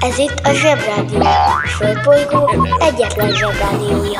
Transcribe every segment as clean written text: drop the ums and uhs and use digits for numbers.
Ez itt a Zsebrádió, a Földbolygó egyetlen Zsebrádiója.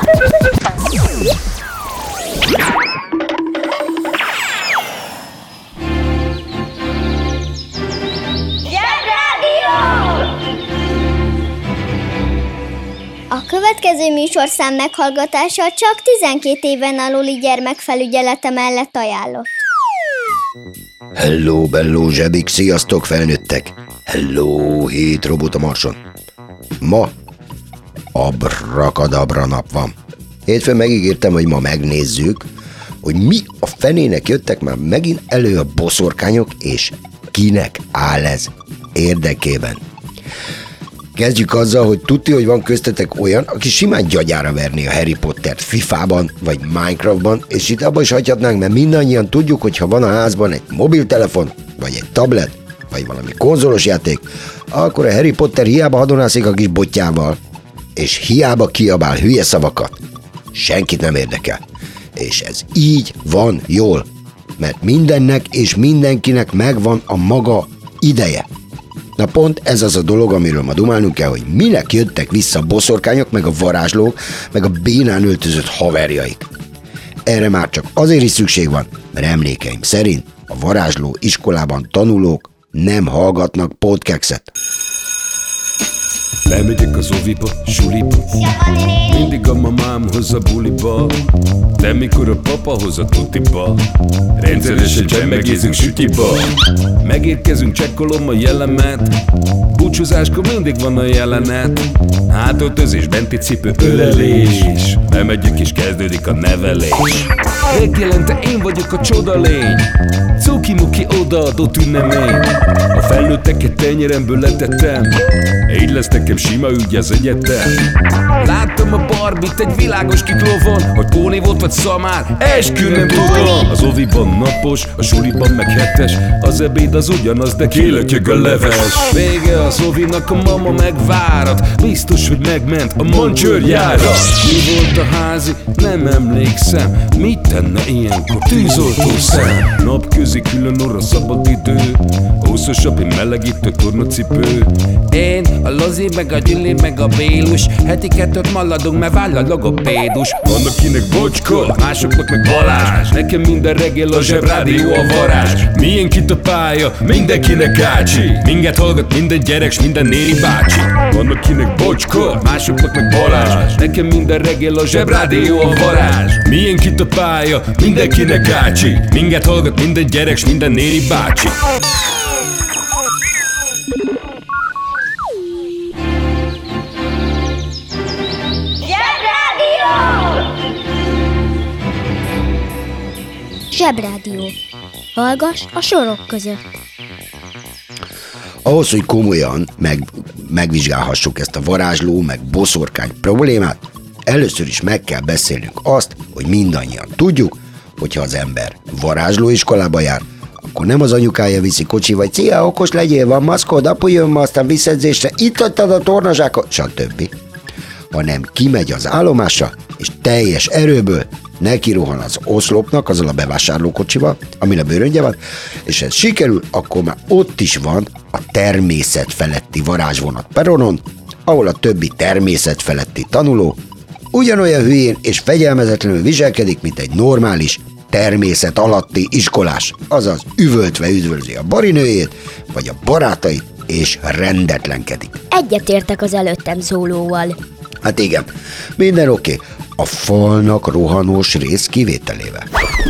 A következő műsorszám meghallgatása csak 12 éven aluli gyermekfelügyelete mellett ajánlott. Hello, bello, zsebik, sziasztok felnőttek! Hello, 7 robot a Marson. Ma abrakadabra nap van. Hétfőn megígértem, hogy ma megnézzük, hogy mi a fenének jöttek már megint elő a boszorkányok, és kinek áll ez érdekében. Kezdjük azzal, hogy tudti, hogy van köztetek olyan, aki simán gyagyára verné a Harry Pottert FIFA-ban vagy Minecraftban, és itt abba is hagyhatnánk, mert mindannyian tudjuk, hogy ha van a házban egy mobiltelefon, vagy egy tablet, vagy valami konzolos játék, akkor a Harry Potter hiába hadonászik a kis botjával, és hiába kiabál hülye szavakat. Senkit nem érdekel. És ez így van jól, mert mindennek és mindenkinek megvan a maga ideje. Na pont ez az a dolog, amiről ma dumálnunk kell, hogy minek jöttek vissza a boszorkányok, meg a varázslók, meg a bénán öltözött haverjaik. Erre már csak azért is szükség van, mert emlékeim szerint a varázsló iskolában tanulók nem hallgatnak podcastet. Bemegyek az oviba, suliba, mindig a mamám hoz a buliba, de mikor a papa hoz a tutiba, rendszeresen csemmegézünk sütiba. Megérkezünk, csekkolom a jellemet, búcsúzáskor mindig van a jelenet, hátöltözés, benti cipő, ölelés, bemegyek és kezdődik a nevelés. Reggelente én vagyok a csodalény, cuki-muki odaadott ünnemény, a felnőtteket tenyeremből letettem, így lesz nekem sima ügy az egyetem. Láttam a Barbit egy világos kiklovon, hogy Póni volt vagy szamár, eskü nem tudom. Az oviban napos, a suliban meg hetes, az ebéd az ugyanaz, de kilötyög a leves. Vége az ovinak, a mama megvárat, biztos, hogy megment a mancsőrjára. Mi volt a házi? Nem emlékszem, mit tenne ilyenkor tűzoltó szem? Napközi külön orra szabad idő, húszosabb, egy melegítő tornacipő. Én, a Lozi, meg a Gyüli, meg a Bélus, heti kettőt maladunk, mert váll a logopédus. Van akinek Bocska, másoknak meg Balázs, nekem minden reggel a Zsebrádió a varázs. Miénk itt a pálya, mindenkinek ácsi, minket hallgat minden gyerek, s minden néri bácsi. Van akinek Bocska, másoknak meg Balázs, nekem minden reggel a Zsebrádió a varázs. Miénk itt a pálya, mindenkinek ácsi, minket hallgat minden gyerek, s minden néri bácsi. Zsebrádió. Hallgass a sorok között. Ahhoz, hogy komolyan megvizsgálhassuk ezt a varázsló meg boszorkány problémát, először is meg kell beszélnünk azt, hogy mindannyian tudjuk, hogyha az ember varázslóiskolába jár, akkor nem az anyukája viszi kocsi, vagy szia, okos legyél, van maszkod, apu jön ma, aztán visszedzésre, itt adtad a tornazsákot, stb. Hanem kimegy az állomásra, és teljes erőből neki rohan az oszlopnak, azzal a bevásárlókocsival, amin a bőröngye van, és ez sikerül, akkor már ott is van a természet feletti varázsvonat peronon, ahol a többi természet feletti tanuló ugyanolyan hülyén és fegyelmezetlenül viselkedik, mint egy normális természet alatti iskolás, azaz üvöltve üdvözli a barinőjét, vagy a barátait, és rendetlenkedik. Egyetértek az előttem szólóval. Hát igen, minden oké. A falnak rohanós rész kivételével.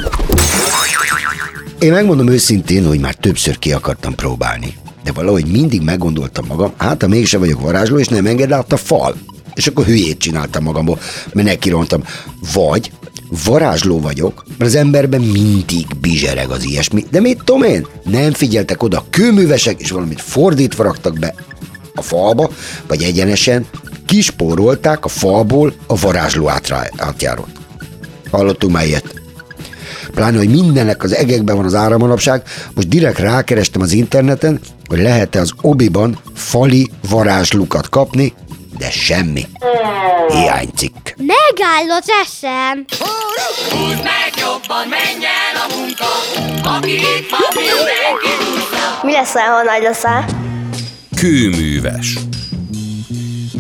Én megmondom őszintén, hogy már többször ki akartam próbálni, de valahogy mindig meggondoltam magam, hát ha mégsem vagyok varázsló, és nem enged át a fal. És akkor hülyét csináltam magamból, mert nekirontam. Vagy varázsló vagyok, mert az emberben mindig bizsereg az ilyesmi, de mit tudom én? Nem figyeltek oda a kőművesek, és valamit fordítva raktak be a falba, vagy egyenesen kispórolták a falból a varázsló átjárót. Hallottunk már ilyet? Pláne, hogy mindennek az egekben van az ára manapság, most direkt rákerestem az interneten, hogy lehet-e az obiban fali varázslókat kapni, de semmi. Hiánycikk. Megáll az eszem! Húzd meg jobban, menj el a munka, aki itt van, mindenki húzza. Mi leszel, ha nagy leszel? Kőműves.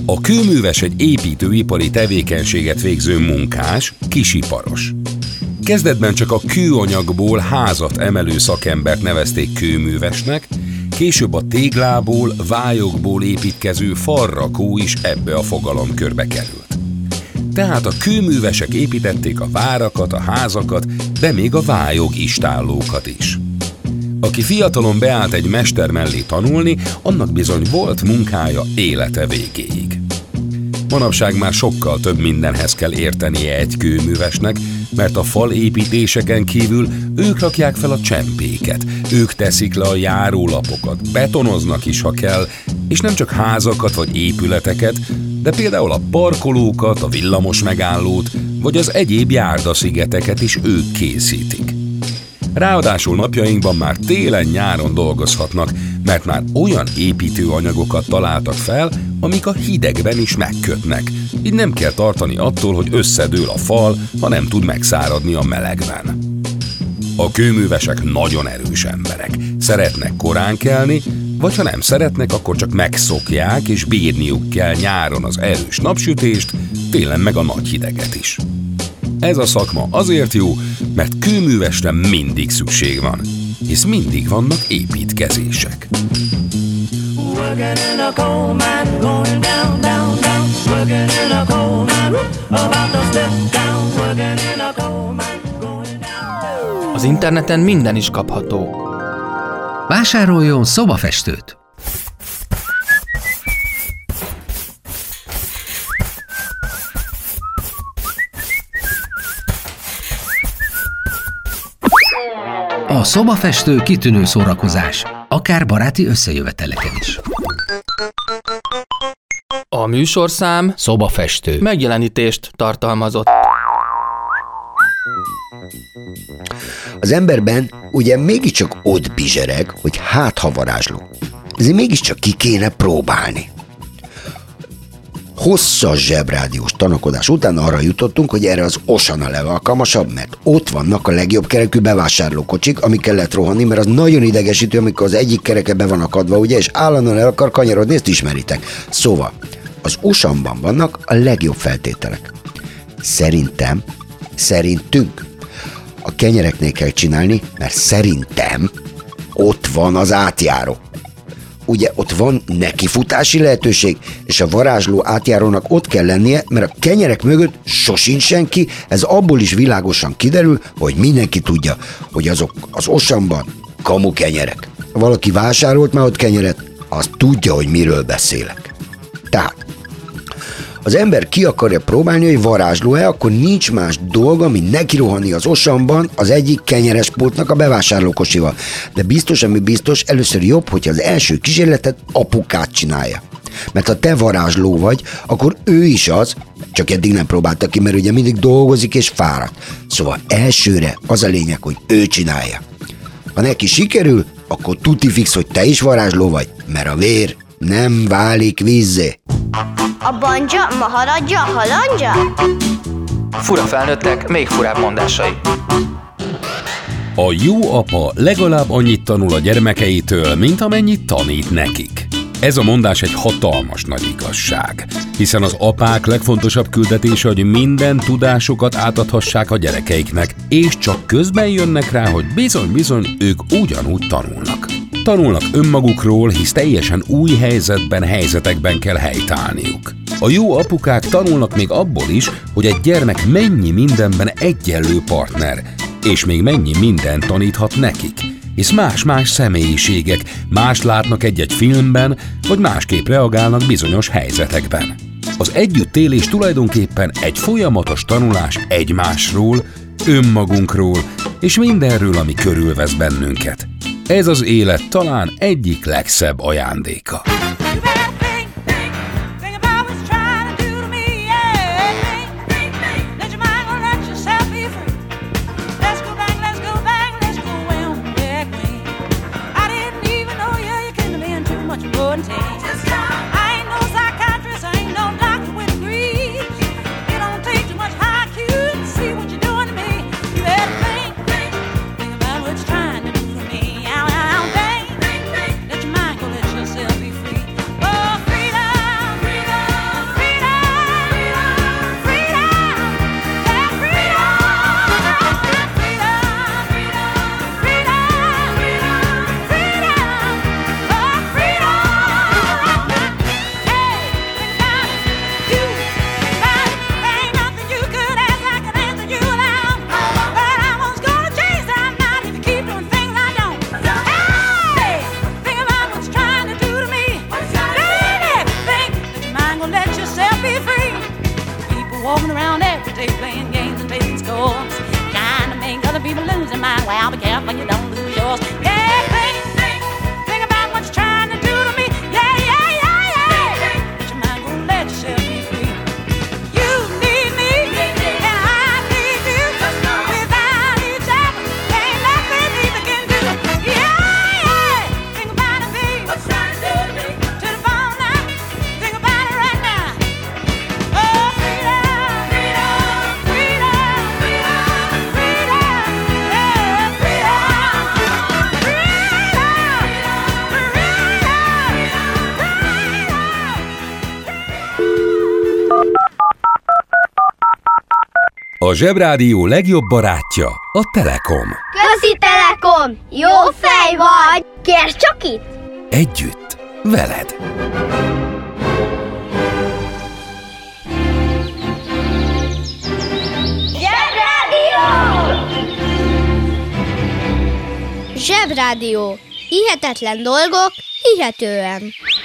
A kőműves egy építőipari tevékenységet végző munkás, kisiparos. Kezdetben csak a kőanyagból házat emelő szakembert nevezték kőművesnek, később a téglából, vályokból építkező falrakó is ebbe a fogalomkörbe került. Tehát a kőművesek építették a várakat, a házakat, de még a vályog istállókat is. Aki fiatalon beállt egy mester mellé tanulni, annak bizony volt munkája élete végéig. Manapság már sokkal több mindenhez kell értenie egy kőművesnek, mert a falépítéseken kívül ők rakják fel a csempéket, ők teszik le a járólapokat, betonoznak is, ha kell, és nem csak házakat vagy épületeket, de például a parkolókat, a villamos megállót, vagy az egyéb járdaszigeteket is ők készítik. Ráadásul napjainkban már télen-nyáron dolgozhatnak, mert már olyan építőanyagokat találtak fel, amik a hidegben is megkötnek. Így nem kell tartani attól, hogy összedől a fal, ha nem tud megszáradni a melegben. A kőművesek nagyon erős emberek. Szeretnek korán kelni, vagy ha nem szeretnek, akkor csak megszokják, és bírniuk kell nyáron az erős napsütést, télen meg a nagy hideget is. Ez a szakma azért jó, mert kőművesre mindig szükség van, hisz mindig vannak építkezések. Az interneten minden is kapható. Vásároljon szobafestőt! A szobafestő kitűnő szórakozás, akár baráti összejöveteleken is. A műsorszám Szobafestő megjelenítést tartalmazott. Az emberben ugye mégiscsak ott bizsereg, hogy hát ha varázsló. Ezért mégiscsak ki kéne próbálni. Hosszas zsebrádiós tanakodás után arra jutottunk, hogy erre az Ocean a legalkalmasabb, mert ott vannak a legjobb kerekű bevásárlókocsik, amikkel lehet rohanni, mert az nagyon idegesítő, amikor az egyik kereke be van akadva, ugye, és állandóan el akar kanyarodni, ezt ismeritek. Szóval, az Oceanban vannak a legjobb feltételek. Szerintünk a kenyereknél kell csinálni, mert szerintem ott van az átjáró. Ugye ott van nekifutási lehetőség, és a varázsló átjárónak ott kell lennie, mert a kenyerek mögött sosincs senki, ez abból is világosan kiderül, hogy mindenki tudja, hogy azok az Oceanban kamu kenyerek. Ha valaki vásárolt már ott kenyeret, az tudja, hogy miről beszélek. Tehát, az ember ki akarja próbálni, hogy varázsló-e, akkor nincs más dolga, mint neki rohanni az Oceanban az egyik kenyeres pultnak a bevásárlókocsival. De biztos, ami biztos, először jobb, hogyha az első kísérletet apukát csinálja. Mert ha te varázsló vagy, akkor ő is az, csak eddig nem próbálta ki, mert ugye mindig dolgozik és fáradt. Szóval elsőre az a lényeg, hogy ő csinálja. Ha neki sikerül, akkor tuti fix, hogy te is varázsló vagy, mert a vér nem válik vízzé. A banja, maharadja, halandja? Fura felnőttek, még furább mondásai. A jó apa legalább annyit tanul a gyermekeitől, mint amennyit tanít nekik. Ez a mondás egy hatalmas nagy igazság, hiszen az apák legfontosabb küldetése, hogy minden tudásukat átadhassák a gyerekeiknek, és csak közben jönnek rá, hogy bizony ők ugyanúgy tanulnak. Tanulnak önmagukról, hisz teljesen új helyzetekben kell helytállniuk. A jó apukák tanulnak még abból is, hogy egy gyermek mennyi mindenben egyenlő partner, és még mennyi mindent taníthat nekik, hisz más-más személyiségek, mást látnak egy-egy filmben, vagy másképp reagálnak bizonyos helyzetekben. Az együttélés tulajdonképpen egy folyamatos tanulás egymásról, önmagunkról, és mindenről, ami körülvesz bennünket. Ez az élet talán egyik legszebb ajándéka. Trying to do to me, let your mind go, let yourself be free. Oh, A Zsebrádió legjobb barátja a Telekom. Közi Telekom! Jó fej vagy! Kérd csak itt! Együtt, veled. Zsebrádió. Hihetetlen dolgok, hihetően.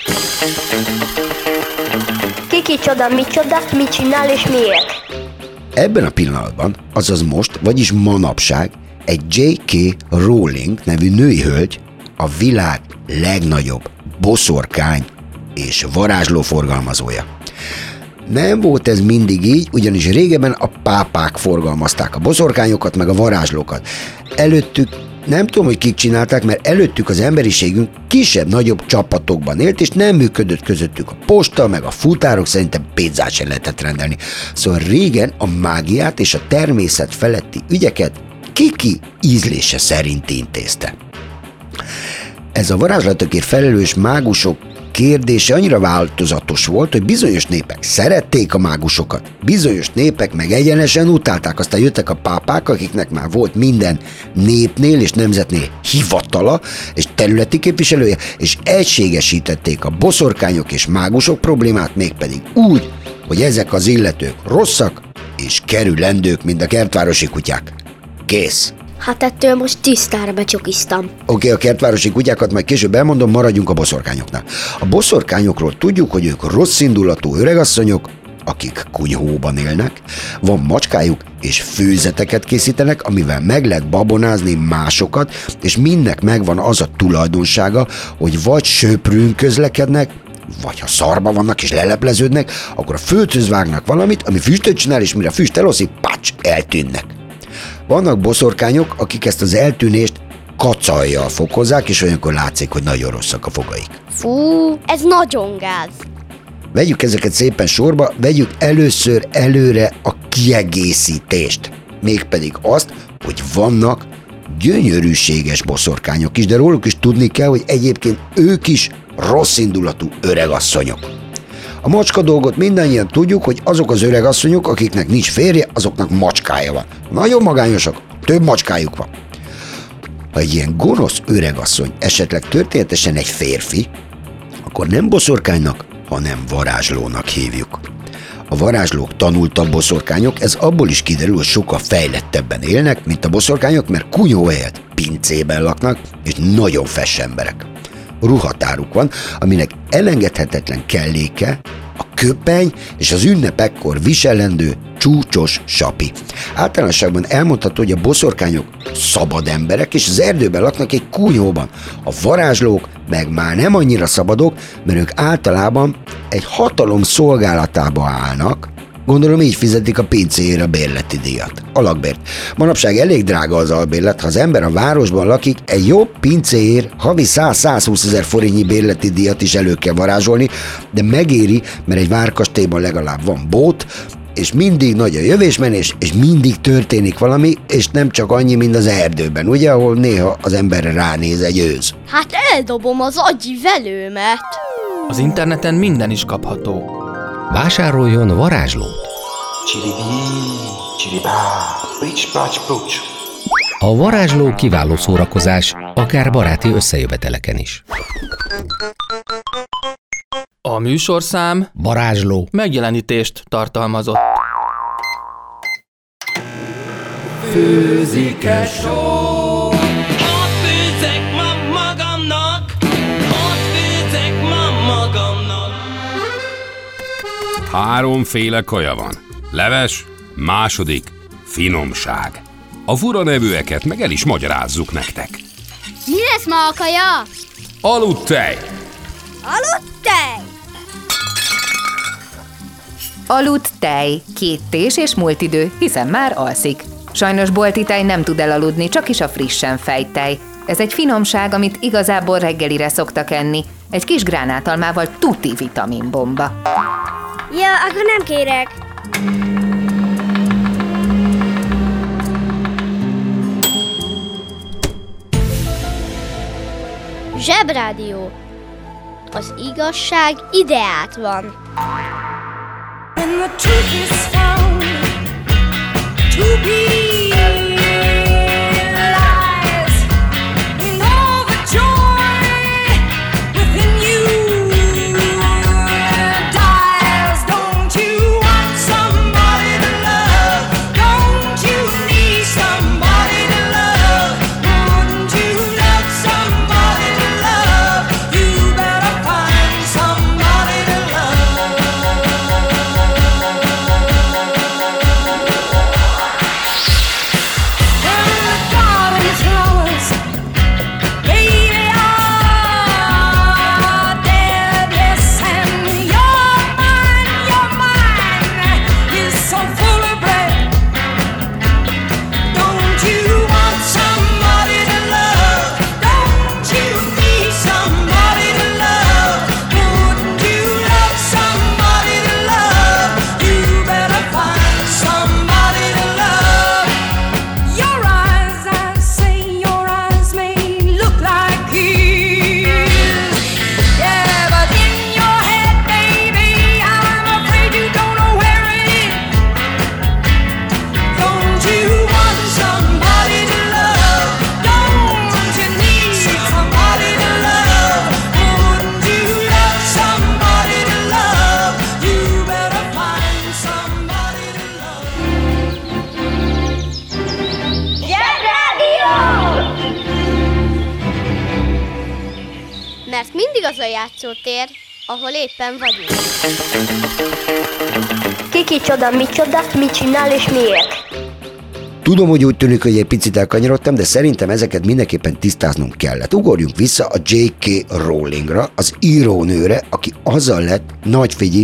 Kicsoda, micsoda, mit csinál és miért? Ebben a pillanatban, azaz most, vagyis manapság egy J.K. Rowling nevű női hölgy a világ legnagyobb boszorkány és varázsló forgalmazója. Nem volt ez mindig így, ugyanis régebben a pápák forgalmazták a boszorkányokat meg a varázslókat. Előttük nem tudom, hogy kik csinálták, mert előttük az emberiségünk kisebb-nagyobb csapatokban élt, és nem működött közöttük a posta, meg a futárok, szerintem pizzát sem lehetett rendelni. Szóval régen a mágiát és a természet feletti ügyeket ki ízlése szerint intézte. Ez a varázslatokért felelős mágusok kérdése annyira változatos volt, hogy bizonyos népek szerették a mágusokat, bizonyos népek meg egyenesen utálták, aztán jöttek a pápák, akiknek már volt minden népnél és nemzetnél hivatala és területi képviselője, és egységesítették a boszorkányok és mágusok problémát, mégpedig úgy, hogy ezek az illetők rosszak és kerülendők, mint a kertvárosi kutyák. Kész! Hát ettől most tisztára becsokiztam. Oké, a kertvárosi kutyákat majd később elmondom, maradjunk a boszorkányoknál. A boszorkányokról tudjuk, hogy ők rosszindulatú öregasszonyok, akik kunyhóban élnek, van macskájuk, és főzeteket készítenek, amivel meg lehet babonázni másokat, és mindnek megvan az a tulajdonsága, hogy vagy söprűn közlekednek, vagy ha szarba vannak és lelepleződnek, akkor a földhöz vágnak valamit, ami füstöt csinál, és mire a füst eloszik, pács, eltűnnek. Vannak boszorkányok, akik ezt az eltűnést kacajjal fokozzák, és olyankor látszik, hogy nagyon rosszak a fogaik. Fú, ez nagyon gáz. Vegyük ezeket szépen sorba, vegyük először előre a kiegészítést. Mégpedig azt, hogy vannak gyönyörűséges boszorkányok is, de róluk is tudni kell, hogy egyébként ők is rosszindulatú öregasszonyok. A macska dolgot mindannyian tudjuk, hogy azok az öregasszonyok, akiknek nincs férje, azoknak macskája van. Nagyon magányosak, több macskájuk van. Ha egy ilyen gonosz öregasszony esetleg történetesen egy férfi, akkor nem boszorkánynak, hanem varázslónak hívjuk. A varázslók tanultabb boszorkányok, ez abból is kiderül, hogy sokkal fejlettebben élnek, mint a boszorkányok, mert kunyhó helyett pincében laknak, és nagyon fess emberek. Ruhatáruk van, aminek elengedhetetlen kelléke a köpeny és az ünnepekkor viselendő csúcsos sapi. Általánosságban elmondható, hogy a boszorkányok szabad emberek, és az erdőben laknak egy kunyhóban. A varázslók meg már nem annyira szabadok, mert ők általában egy hatalom szolgálatába állnak. Gondolom így fizetik a pincéért a bérleti díjat, a lakbért. Manapság elég drága az albérlet, ha az ember a városban lakik, egy jobb pincéért havi 100-120 ezer forintnyi bérleti díjat is elő kell varázsolni, de megéri, mert egy várkastélyban legalább van bót, és mindig nagy a jövésmenés, és mindig történik valami, és nem csak annyi, mint az erdőben, ugye, ahol néha az emberre ránéz egy őz. Hát eldobom az agyi velőmet. Az interneten minden is kapható. Vásároljon varázslót. A varázsló kiváló szórakozás, akár baráti összejöveteleken is. A műsorszám Varázsló megjelenítést tartalmazott. Főzik-e só? Ott főzek ma magamnak, ott főzek ma magamnak. Háromféle kaja van. Leves, második, finomság. A fura nevűeket meg el is magyarázzuk nektek. Mi lesz ma a kaja? Aludtej! Aludtej! Aludt tej, 2 tés és múlt idő, hiszen már alszik. Sajnos bolti tej nem tud elaludni, csak is a frissen fejt tej. Ez egy finomság, amit igazából reggelire szoktak enni. Egy kis gránátalmával tuti vitaminbomba. Ja, akkor nem kérek. Zsebrádió. Az igazság ideát van. And the truth is found mert mindig az a játszótér, ahol éppen vagyunk. Kicsoda, mit csinál és miért? Tudom, hogy úgy tűnik, hogy egy picit elkanyarodtam, de szerintem ezeket mindenképpen tisztáznunk kellett. Ugorjunk vissza a J.K. Rowlingra, az írónőre, aki azzal lett nagy figyi,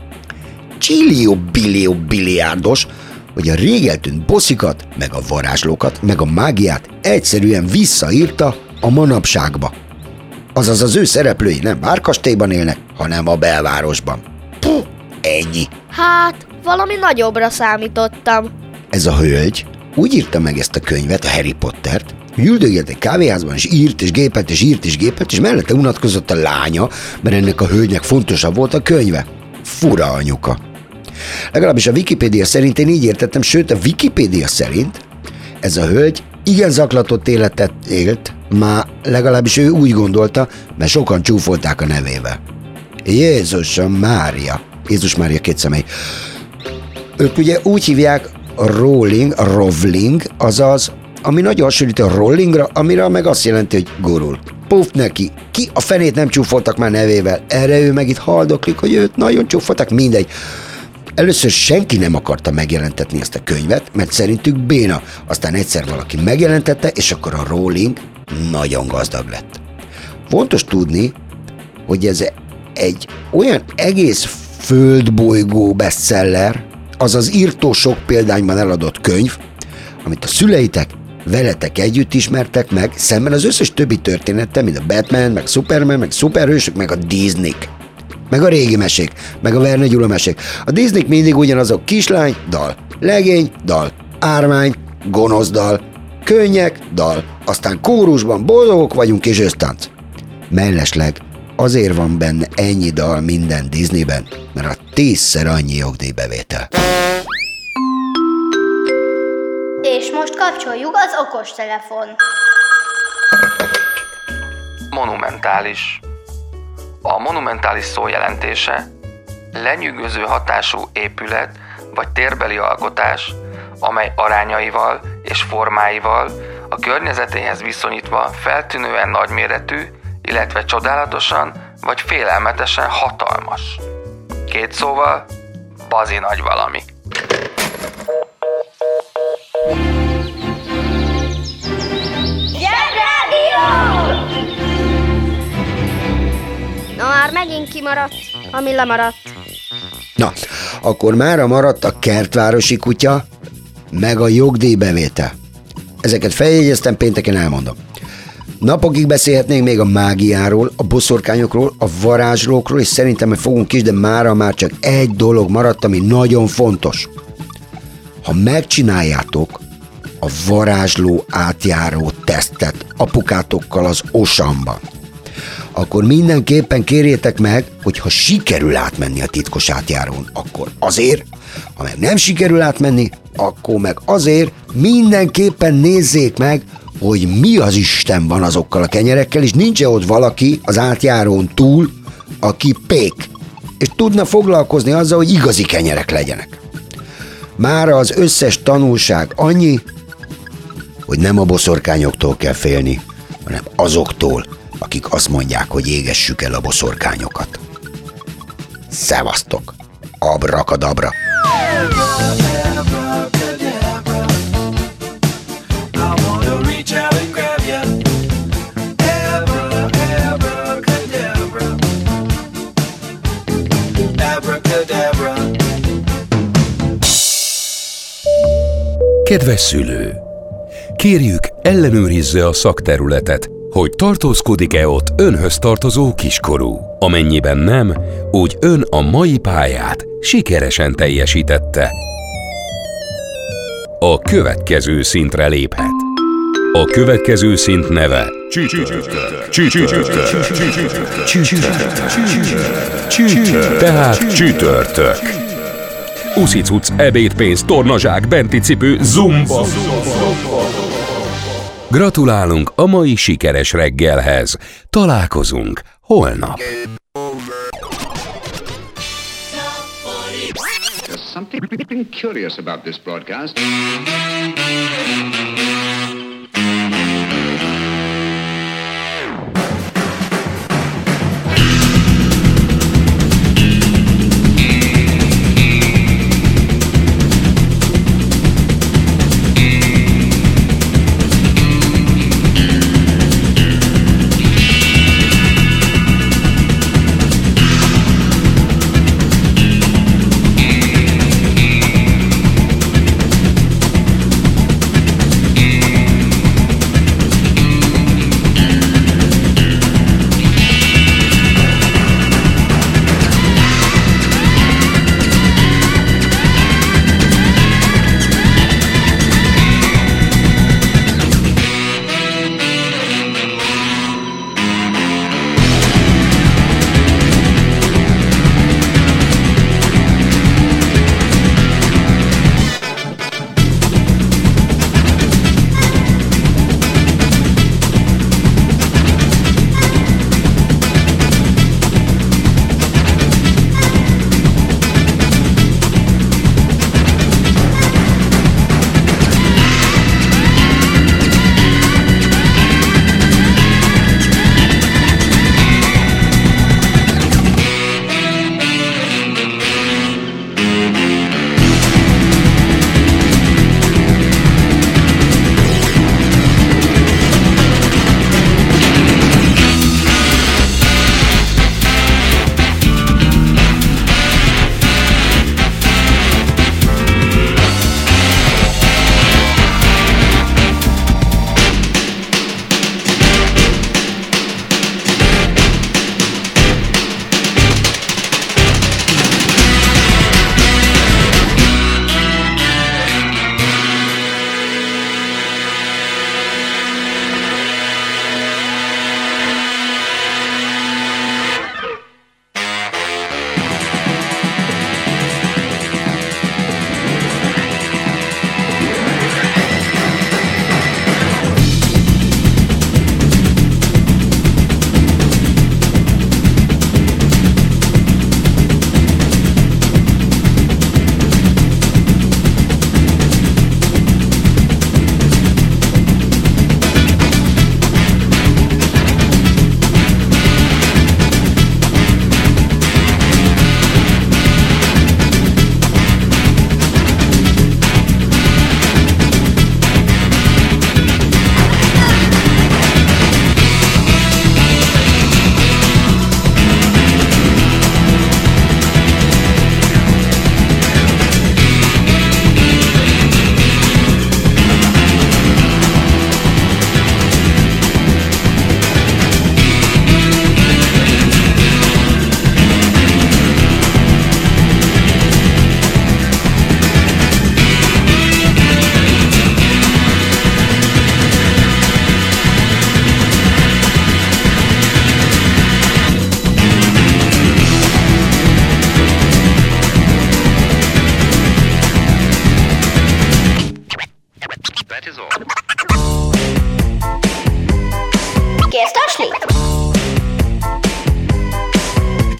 csillió billiárdos, hogy a rég eltűnt bosszikat, meg a varázslókat, meg a mágiát egyszerűen visszaírta a manapságba. Azaz az ő szereplői nem várkastélyban élnek, hanem a belvárosban. Puh, ennyi. Hát, valami nagyobbra számítottam. Ez a hölgy úgy írta meg ezt a könyvet, a Harry Pottert, hogy üldögélt egy kávéházban, és írt és gépelt, és mellette unatkozott a lánya, mert ennek a hölgynek fontosabb volt a könyve. Fura anyuka. Legalábbis a Wikipédia szerint én így értettem, sőt a Wikipédia szerint ez a hölgy igen zaklatott életet élt, már legalábbis ő úgy gondolta, mert sokan csúfolták a nevével. Jézus Mária két személy. Ők ugye úgy hívják Rowling, azaz, ami nagyon hasonlít a rollingra, amire meg azt jelenti, hogy gurul. Puff neki, ki a fenét nem csúfoltak már nevével, erre ő meg itt haldoklik, hogy őt nagyon csúfoltak, mindegy. Először senki nem akarta megjelentetni ezt a könyvet, mert szerintük béna. Aztán egyszer valaki megjelentette, és akkor a Rowling nagyon gazdag lett. Fontos tudni, hogy ez egy olyan egész földbolygó bestseller, azaz írtó sok példányban eladott könyv, amit a szüleitek veletek együtt ismertek meg, szemben az összes többi történettel, mint a Batman, meg Superman, meg szuperhősök, meg a Disney-k. Meg a régi mesék, meg a Verne Gyula mesék. A Disney mindig ugyanazok: kislány, dal, legény, dal, ármány, gonosz dal, könnyek, dal, aztán kórusban boldogok vagyunk és ösztánc. Mellesleg azért van benne ennyi dal minden Disneyben, mert a 10-szer annyi jogdíjbevétel. És most kapcsoljuk az okostelefon. Monumentális. A monumentális szó jelentése lenyűgöző hatású épület vagy térbeli alkotás, amely arányaival és formáival a környezetéhez viszonyítva feltűnően nagyméretű, illetve csodálatosan vagy félelmetesen hatalmas. Két szóval, bazi nagy valami. Na már megint kimaradt, ami lemaradt. Na, akkor mára maradt a kertvárosi kutya, meg a jogdíjbevétel. Ezeket feljegyeztem, pénteken elmondom. Napokig beszélhetnénk még a mágiáról, a boszorkányokról, a varázslókról, és szerintem fogunk is, de mára már csak egy dolog maradt, ami nagyon fontos. Ha megcsináljátok a varázsló átjáró tesztet apukátokkal az Osamban, akkor mindenképpen kérjétek meg, hogy ha sikerül átmenni a titkos átjárón, akkor azért, ha meg nem sikerül átmenni, akkor meg azért mindenképpen nézzék meg, hogy mi az Isten van azokkal a kenyerekkel, és nincs ott valaki az átjárón túl, aki pék, és tudna foglalkozni azzal, hogy igazi kenyerek legyenek. Mára az összes tanulság annyi, hogy nem a boszorkányoktól kell félni, hanem azoktól, akik azt mondják, hogy égessük el a boszorkányokat. Szevasztok! Abrakadabra! Kedves szülő! Kérjük, ellenőrizze a szakterületet, hogy tartózkodik-e ott önhöz tartozó kiskorú. Amennyiben nem, úgy ön a mai pályát sikeresen teljesítette. A következő szintre léphet. A következő szint neve tehát csütörtök. Uszicuc, ebédpénz, tornazsák, benti cipő, zumba. Gratulálunk a mai sikeres reggelhez. Találkozunk holnap. There's something curious about this broadcast.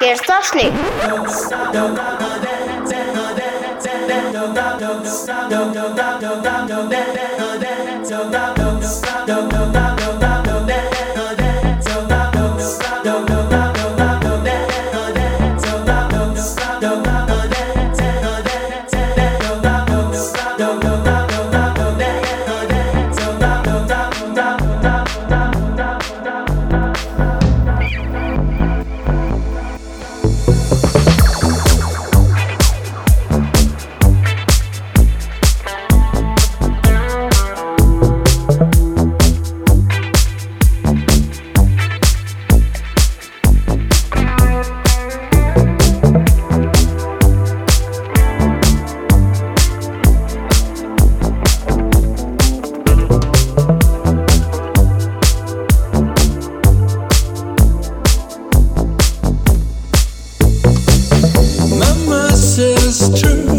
Firtatni? Mama says true.